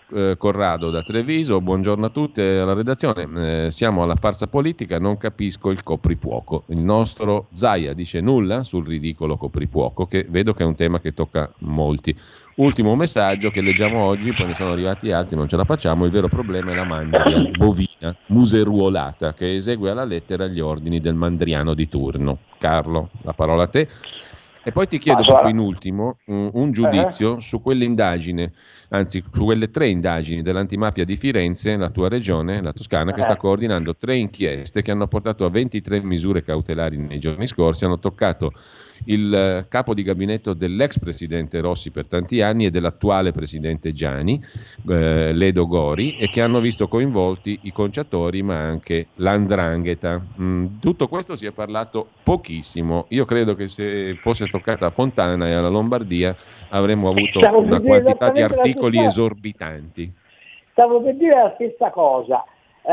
eh, Corrado da Treviso, buongiorno a tutti e alla redazione. Eh, siamo alla farsa politica, non capisco il coprifuoco. Il nostro Zaia dice nulla sul ridicolo coprifuoco, che vedo che è un tema che tocca molti. Ultimo messaggio che leggiamo oggi, poi ne sono arrivati altri, non ce la facciamo. Il vero problema è la mandria bovina museruolata che esegue alla lettera gli ordini del mandriano di turno. Carlo, la parola a te. E poi ti chiedo proprio in ultimo un, un giudizio uh-huh. su quell'indagine, anzi su quelle tre indagini dell'antimafia di Firenze, la tua regione, la Toscana, uh-huh. che sta coordinando tre inchieste che hanno portato a ventitré misure cautelari nei giorni scorsi, hanno toccato il capo di gabinetto dell'ex presidente Rossi per tanti anni e dell'attuale presidente Gianni, eh, Ledo Gori, e che hanno visto coinvolti i conciatori ma anche l'andrangheta. Mm, tutto questo si è parlato pochissimo. Io credo che se fosse toccata a Fontana e alla Lombardia avremmo avuto Stavo una quantità di articoli stessa... esorbitanti. Stavo per dire la stessa cosa. Eh,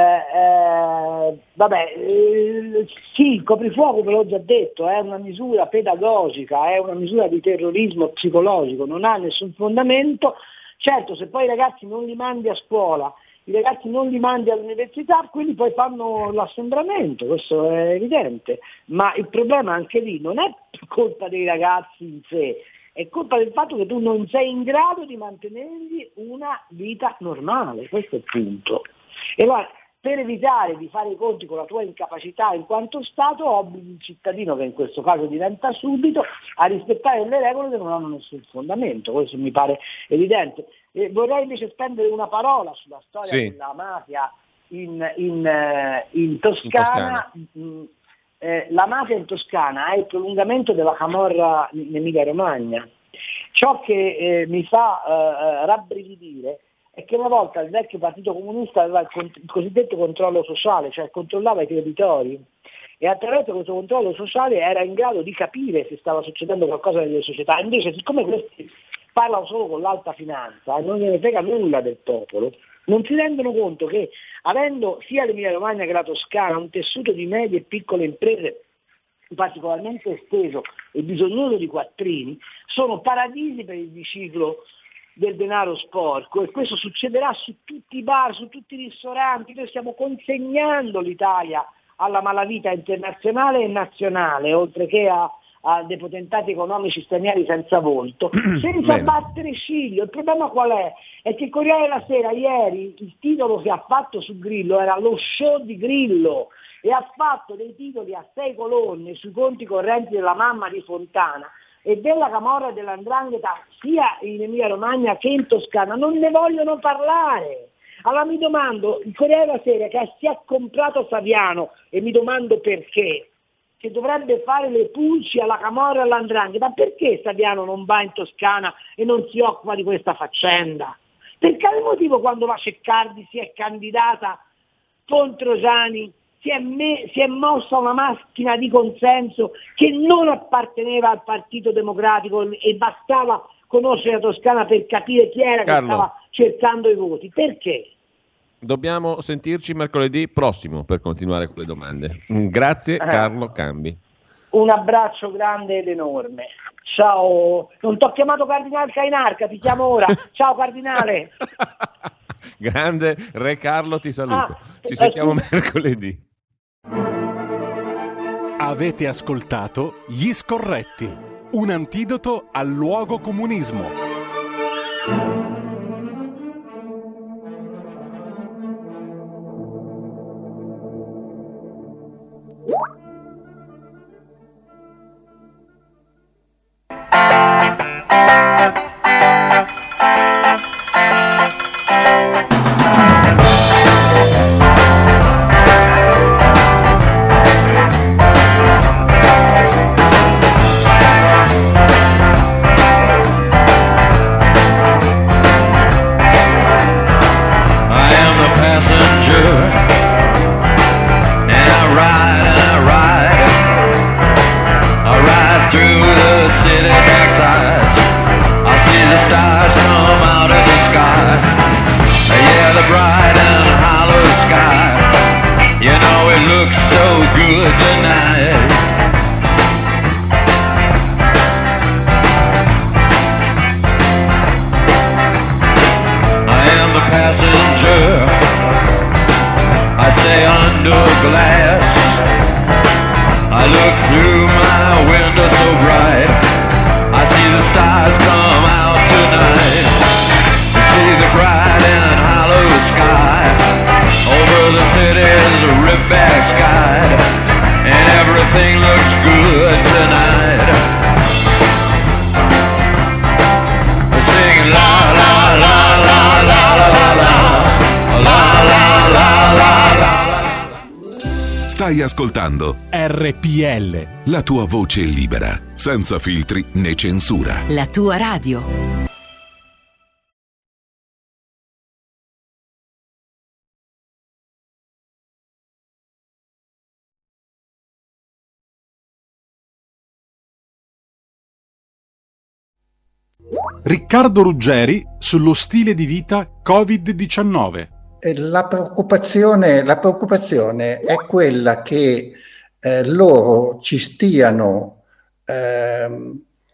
eh, vabbè, eh, sì, il coprifuoco ve l'ho già detto, è una misura pedagogica, è una misura di terrorismo psicologico, non ha nessun fondamento. Certo, se poi i ragazzi non li mandi a scuola, i ragazzi non li mandi all'università, quindi poi fanno l'assembramento, questo è evidente, ma il problema anche lì non è colpa dei ragazzi in sé, è colpa del fatto che tu non sei in grado di mantenergli una vita normale, questo è il punto. E allora, per evitare di fare i conti con la tua incapacità in quanto Stato, obblighi il cittadino, che in questo caso diventa suddito, a rispettare le regole che non hanno nessun fondamento, questo mi pare evidente. E vorrei invece spendere una parola sulla storia sì. della mafia in, in, in Toscana. In Toscana. Eh, la mafia in Toscana è il prolungamento della camorra in Emilia Romagna. Ciò che eh, mi fa eh, rabbrividire è che una volta il vecchio Partito Comunista aveva il, con- il cosiddetto controllo sociale, cioè controllava i territori e attraverso questo controllo sociale era in grado di capire se stava succedendo qualcosa nelle società. Invece, siccome questi parlano solo con l'alta finanza e non gliene frega nulla del popolo, non si rendono conto che avendo sia l'Emilia Romagna che la Toscana un tessuto di medie e piccole imprese particolarmente esteso e bisognoso di quattrini, sono paradisi per il riciclo del denaro sporco, e questo succederà su tutti i bar, su tutti i ristoranti. Noi stiamo consegnando l'Italia alla malavita internazionale e nazionale, oltre che a, a dei potentati economici stranieri senza volto, senza battere ciglio. Il problema qual è? È che il Corriere della Sera ieri, il titolo che ha fatto su Grillo era lo show di Grillo, e ha fatto dei titoli a sei colonne sui conti correnti della mamma di Fontana e della camorra e dell'andrangheta sia in Emilia Romagna che in Toscana. Non ne vogliono parlare. Allora mi domando, il Corriere della Sera che si è comprato Saviano, e mi domando perché, che dovrebbe fare le pulci alla camorra e all'andrangheta, perché Saviano non va in Toscana e non si occupa di questa faccenda? Per quale motivo quando la Ceccardi si è candidata contro Gianni Si è, me, si è mossa una macchina di consenso che non apparteneva al Partito Democratico e bastava conoscere la Toscana per capire chi era Carlo, che stava cercando i voti? Perché? Dobbiamo sentirci mercoledì prossimo per continuare con le domande. Grazie ah. Carlo Cambi. Un abbraccio grande ed enorme. Ciao. Non ti ho chiamato Cardinale Cainarca, ti chiamo ora. Ciao Cardinale. Grande Re Carlo, ti saluto. Ah, Ci sentiamo eh, sì. mercoledì. Avete ascoltato Gli Scorretti, un antidoto al luogo comunismo. Stai ascoltando R P L, la tua voce libera, senza filtri né censura. La tua radio. Riccardo Ruggeri sullo stile di vita covid diciannove. La preoccupazione, la preoccupazione è quella che eh, loro ci stiano, eh,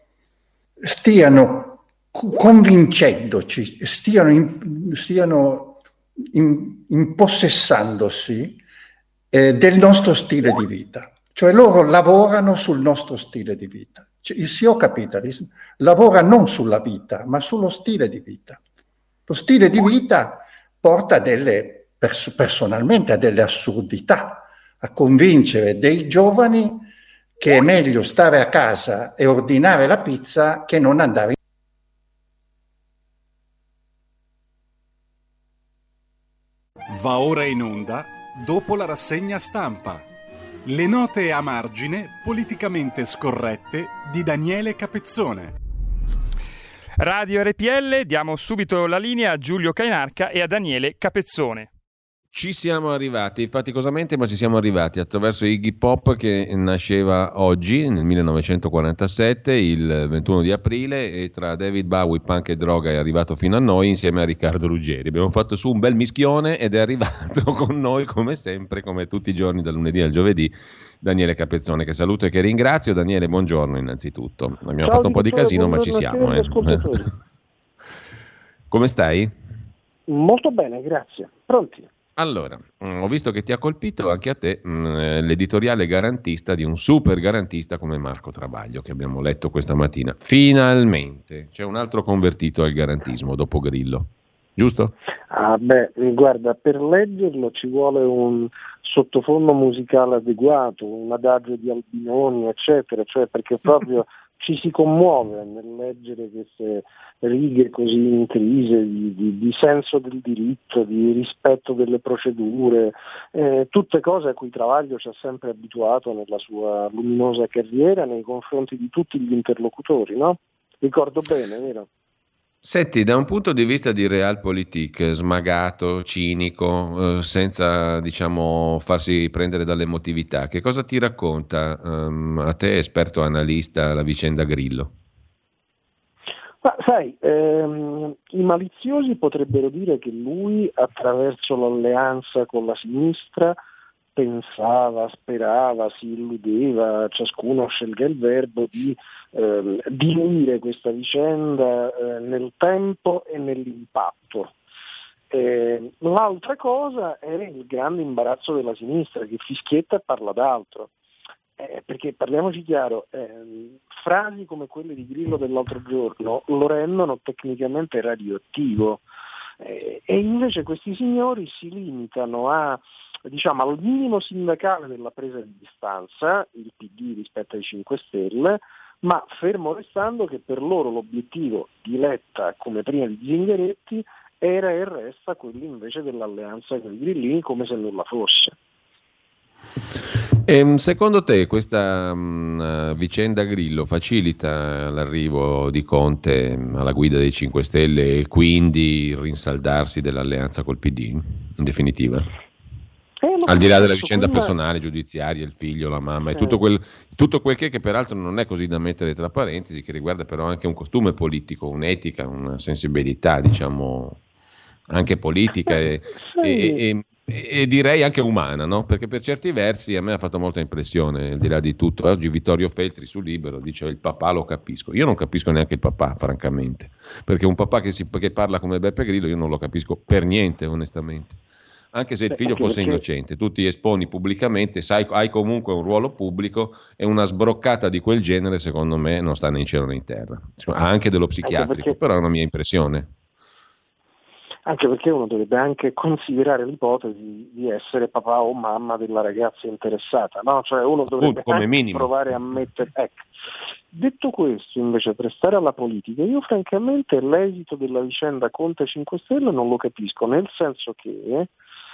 stiano convincendoci, stiano, in, stiano in, impossessandosi eh, del nostro stile di vita. Cioè loro lavorano sul nostro stile di vita. Il C E O Capitalism lavora non sulla vita, ma sullo stile di vita. Lo stile di vita porta delle, pers- personalmente a delle assurdità, a convincere dei giovani che è meglio stare a casa e ordinare la pizza che non andare in... Va ora in onda, dopo la rassegna stampa. Le note a margine politicamente scorrette di Daniele Capezzone. Radio R P L, diamo subito la linea a Giulio Cainarca e a Daniele Capezzone. Ci siamo arrivati, faticosamente, ma ci siamo arrivati attraverso Iggy Pop, che nasceva oggi, nel millenovecentoquarantasette, il ventuno di aprile, e tra David Bowie, punk e droga è arrivato fino a noi insieme a Riccardo Ruggeri. Abbiamo fatto su un bel mischione ed è arrivato con noi, come sempre, come tutti i giorni, dal lunedì al giovedì, Daniele Capezzone, che saluto e che ringrazio. Daniele, buongiorno innanzitutto. Abbiamo Ciao, fatto un po' di casino, ma ci siamo. Eh. Come stai? Molto bene, grazie. Pronti? Allora, ho visto che ti ha colpito anche a te mh, l'editoriale garantista di un super garantista come Marco Travaglio, che abbiamo letto questa mattina. Finalmente c'è un altro convertito al garantismo dopo Grillo, giusto? Ah beh, guarda, per leggerlo ci vuole un sottofondo musicale adeguato, un adagio di Albinoni, eccetera, cioè perché proprio ci si commuove nel leggere queste righe così intrise di, di, di senso del diritto, di rispetto delle procedure, eh, tutte cose a cui Travaglio ci ha sempre abituato nella sua luminosa carriera nei confronti di tutti gli interlocutori, no? Ricordo bene, vero? Senti, da un punto di vista di realpolitik, smagato, cinico, eh, senza, diciamo, farsi prendere dall'emotività, che cosa ti racconta um, a te, esperto analista, la vicenda Grillo? Ma sai, ehm, i maliziosi potrebbero dire che lui, attraverso l'alleanza con la sinistra, pensava, sperava, si illudeva, ciascuno scelga il verbo, di eh, diluire questa vicenda eh, nel tempo e nell'impatto. Eh, l'altra cosa è il grande imbarazzo della sinistra, che fischietta e parla d'altro. Eh, perché parliamoci chiaro, eh, frasi come quelle di Grillo dell'altro giorno lo rendono tecnicamente radioattivo. Eh, e invece questi signori si limitano a, diciamo, al minimo sindacale della presa di distanza, il P D rispetto ai cinque Stelle, ma fermo restando che per loro l'obiettivo di Letta, come prima di Zingaretti, era e resta quello invece dell'alleanza con i grillini, come se nulla fosse. E, secondo te questa mh, vicenda Grillo facilita l'arrivo di Conte alla guida dei cinque Stelle e quindi il rinsaldarsi dell'alleanza col P D, in definitiva? Eh, Al di là della questo, vicenda quella... personale, giudiziaria, il figlio, la mamma, sì. e tutto quel, tutto quel che, che peraltro non è così da mettere tra parentesi, che riguarda però anche un costume politico, un'etica, una sensibilità, diciamo, anche politica e, sì. e, e, e direi anche umana, no? Perché per certi versi a me ha fatto molta impressione, al di là di tutto. Oggi Vittorio Feltri su Libero dice: il papà lo capisco. Io non capisco neanche il papà, francamente, perché un papà che, si, che parla come Beppe Grillo io non lo capisco per niente, onestamente. Anche se il figlio fosse perché... innocente, tu ti esponi pubblicamente, sai, hai comunque un ruolo pubblico, e una sbroccata di quel genere secondo me non sta né in cielo né in terra. Ha anche dello psichiatrico, anche perché... però è una mia impressione. Anche perché uno dovrebbe anche considerare l'ipotesi di essere papà o mamma della ragazza interessata, no? Cioè uno dovrebbe come anche minimo provare a mettere... Ecco. Detto questo, invece, per stare alla politica, io francamente l'esito della vicenda Conte cinque Stelle non lo capisco, nel senso che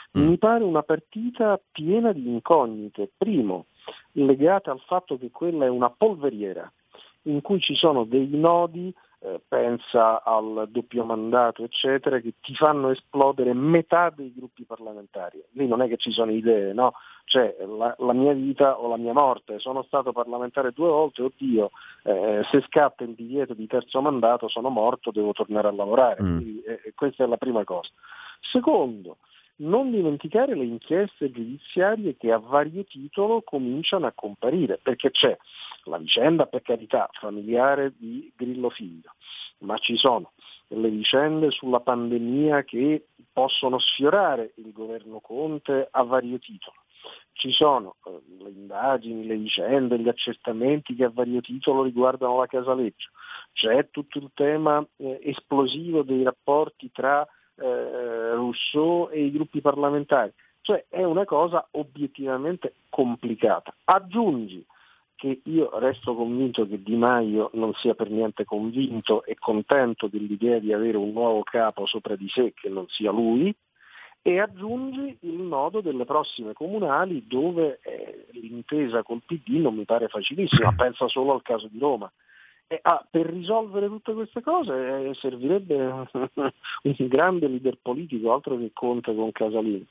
Mm. Mi pare una partita piena di incognite. Primo, legate al fatto che quella è una polveriera in cui ci sono dei nodi, eh, pensa al doppio mandato eccetera, che ti fanno esplodere metà dei gruppi parlamentari. Lì non è che ci sono idee, no? Cioè la, la mia vita o la mia morte, sono stato parlamentare due volte, oddio, eh, se scatta il divieto di terzo mandato sono morto, devo tornare a lavorare. Mm. Quindi, eh, questa è la prima cosa. Secondo, non dimenticare le inchieste giudiziarie che a vario titolo cominciano a comparire, perché c'è la vicenda, per carità, familiare di Grillo Figlio, ma ci sono le vicende sulla pandemia che possono sfiorare il governo Conte a vario titolo. Ci sono eh, le indagini, le vicende, gli accertamenti che a vario titolo riguardano la Casaleggio. C'è tutto il tema eh, esplosivo dei rapporti tra eh, Rousseau e i gruppi parlamentari. Cioè è una cosa obiettivamente complicata. Aggiungi che io resto convinto che Di Maio non sia per niente convinto e contento dell'idea di avere un nuovo capo sopra di sé che non sia lui, e aggiungi il nodo delle prossime comunali dove eh, l'intesa col P D non mi pare facilissima, pensa solo al caso di Roma. E, ah, per risolvere tutte queste cose eh, servirebbe un grande leader politico, altro che Conte con Casalino.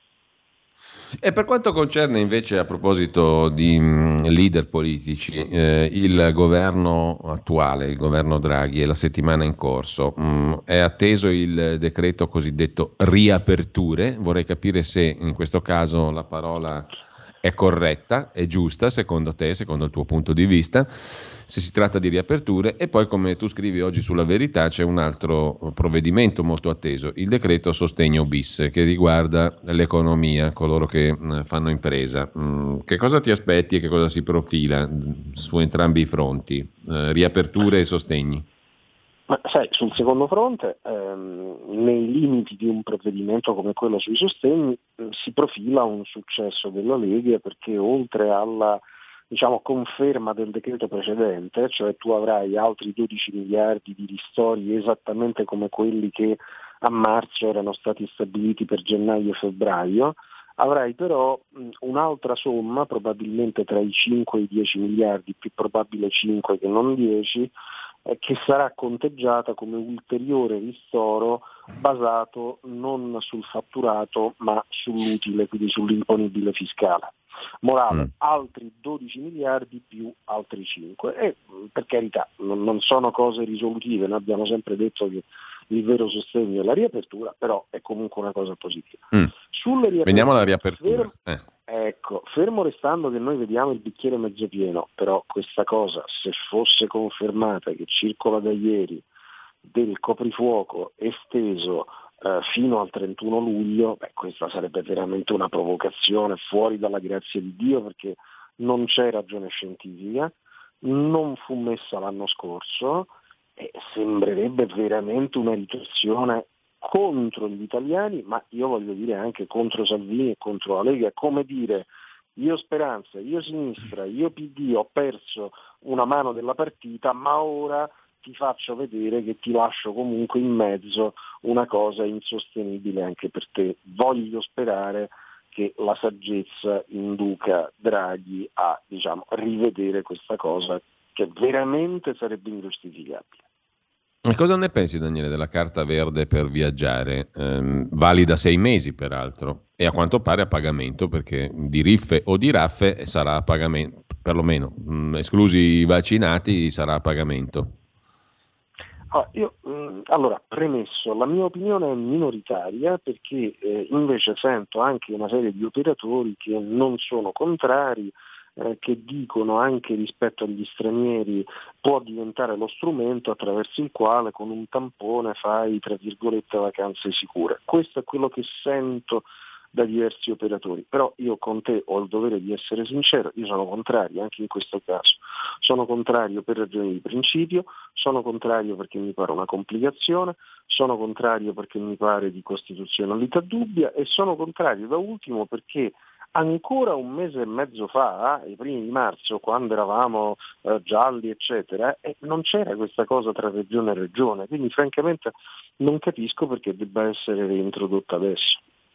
E per quanto concerne invece, a proposito di mh, leader politici, eh, il governo attuale, il governo Draghi e la settimana in corso, mh, è atteso il decreto cosiddetto riaperture. Vorrei capire se in questo caso la parola è corretta, è giusta secondo te, secondo il tuo punto di vista, se si tratta di riaperture. E poi, come tu scrivi oggi sulla Verità, c'è un altro provvedimento molto atteso, il decreto sostegno bis, che riguarda l'economia, coloro che fanno impresa. Che cosa ti aspetti e che cosa si profila su entrambi i fronti, eh, riaperture e sostegni? Ma sai, sul secondo fronte, ehm, nei limiti di un provvedimento come quello sui sostegni, eh, si profila un successo della Lega, perché oltre alla diciamo conferma del decreto precedente, cioè tu avrai altri dodici miliardi di ristori esattamente come quelli che a marzo erano stati stabiliti per gennaio e febbraio, avrai però mh, un'altra somma, probabilmente tra i cinque e i dieci miliardi, più probabile cinque che non dieci, eh, che sarà conteggiata come ulteriore ristoro basato non sul fatturato ma sull'utile, quindi sull'imponibile fiscale. Morale, mm. altri dodici miliardi più altri cinque. E per carità, non, non sono cose risolutive, noi abbiamo sempre detto che il vero sostegno è la riapertura, però è comunque una cosa positiva. Mm. Sulle Veniamo alla riapertura. Fermo, eh. Ecco, fermo restando che noi vediamo il bicchiere mezzo pieno, però questa cosa, se fosse confermata, che circola da ieri, del coprifuoco esteso eh, fino al trentuno luglio, beh, questa sarebbe veramente una provocazione fuori dalla grazia di Dio, perché non c'è ragione scientifica, non fu messa l'anno scorso, e sembrerebbe veramente una ritorsione contro gli italiani, ma io voglio dire anche contro Salvini e contro la Lega, come dire io Speranza, io Sinistra, io P D ho perso una mano della partita, ma ora ti faccio vedere che ti lascio comunque in mezzo una cosa insostenibile anche per te. Voglio sperare che la saggezza induca Draghi a, diciamo, rivedere questa cosa che veramente sarebbe ingiustificabile. E cosa ne pensi, Daniele, della carta verde per viaggiare, ehm, valida sei mesi peraltro, e a quanto pare a pagamento, perché di riffe o di raffe sarà a pagamento, perlomeno, mh, esclusi i vaccinati, sarà a pagamento? Ah, io, mh, allora, premesso, la mia opinione è minoritaria, perché eh, invece sento anche una serie di operatori che non sono contrari, Eh, che dicono anche rispetto agli stranieri può diventare lo strumento attraverso il quale con un tampone fai tra virgolette vacanze sicure. Questo è quello che sento da diversi operatori, però io con te ho il dovere di essere sincero, io sono contrario anche in questo caso, sono contrario per ragioni di principio, sono contrario perché mi pare una complicazione, sono contrario perché mi pare di costituzionalità dubbia, e sono contrario da ultimo perché ancora un mese e mezzo fa, ai primi di marzo, quando eravamo eh, gialli eccetera, eh, non c'era questa cosa tra regione e regione, quindi francamente non capisco perché debba essere reintrodotta adesso.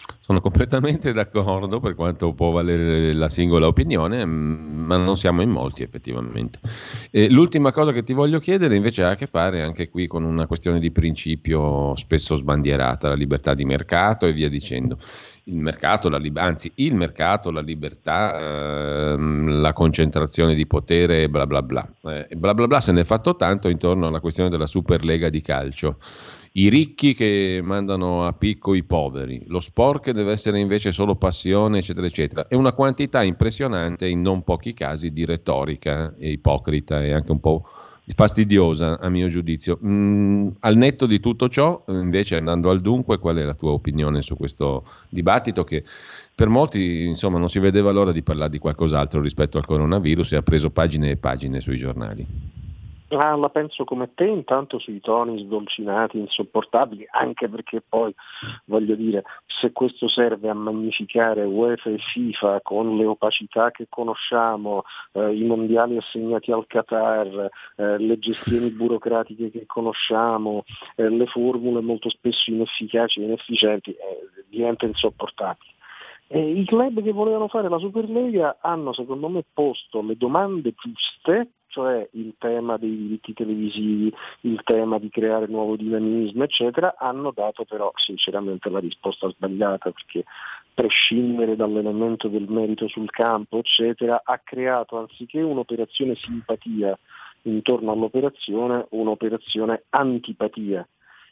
Sono completamente d'accordo per quanto può valere la singola opinione, ma non siamo in molti effettivamente. E l'ultima cosa che ti voglio chiedere invece ha a che fare anche qui con una questione di principio spesso sbandierata, la libertà di mercato e via dicendo. Il mercato, la lib- anzi il mercato, la libertà, ehm, la concentrazione di potere, bla bla bla. Eh, bla bla bla se ne è fatto tanto intorno alla questione della Superlega di calcio. I ricchi che mandano a picco i poveri, lo sport che deve essere invece solo passione, eccetera, eccetera. È una quantità impressionante, in non pochi casi, di retorica e ipocrita e anche un po' fastidiosa, a mio giudizio. Mm, al netto di tutto ciò, invece, andando al dunque, qual è la tua opinione su questo dibattito che per molti, insomma, non si vedeva l'ora di parlare di qualcos'altro rispetto al coronavirus e ha preso pagine e pagine sui giornali? Ah, la penso come te, intanto sui toni sdolcinati, insopportabili, anche perché poi, voglio dire, se questo serve a magnificare UEFA e FIFA con le opacità che conosciamo, eh, i mondiali assegnati al Qatar, eh, le gestioni burocratiche che conosciamo, eh, le formule molto spesso inefficaci e inefficienti, eh, diventa insopportabile. E i club che volevano fare la Superlega hanno, secondo me, posto le domande giuste, cioè il tema dei diritti televisivi, il tema di creare nuovo dinamismo, eccetera, hanno dato però sinceramente la risposta sbagliata, perché prescindere dall'elemento del merito sul campo, eccetera, ha creato, anziché un'operazione simpatia intorno all'operazione, un'operazione antipatia.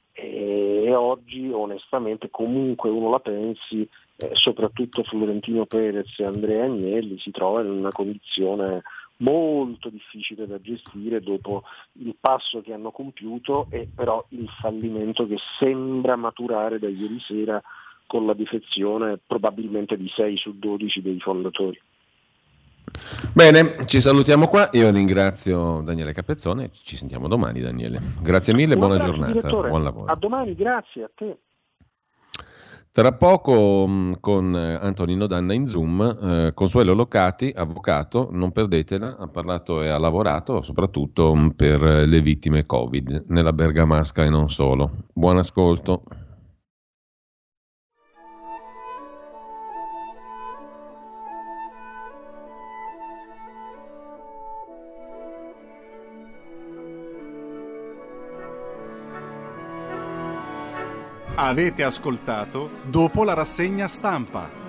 E oggi onestamente, comunque uno la pensi, eh, soprattutto Florentino Perez e Andrea Agnelli si trovano in una condizione molto difficile da gestire dopo il passo che hanno compiuto e però il fallimento che sembra maturare da ieri sera con la defezione probabilmente di sei su dodici dei fondatori. Bene, ci salutiamo qua. Io ringrazio Daniele Capezzone. Ci sentiamo domani, Daniele. Grazie mille, buona giornata, direttore. Buon lavoro. A domani, grazie a te. Tra poco mh, con Antonino Danna in Zoom, eh, Consuelo Locati, avvocato, non perdetela, ha parlato e ha lavorato soprattutto mh, per le vittime Covid nella Bergamasca e non solo. Buon ascolto. Avete ascoltato Dopo la rassegna stampa,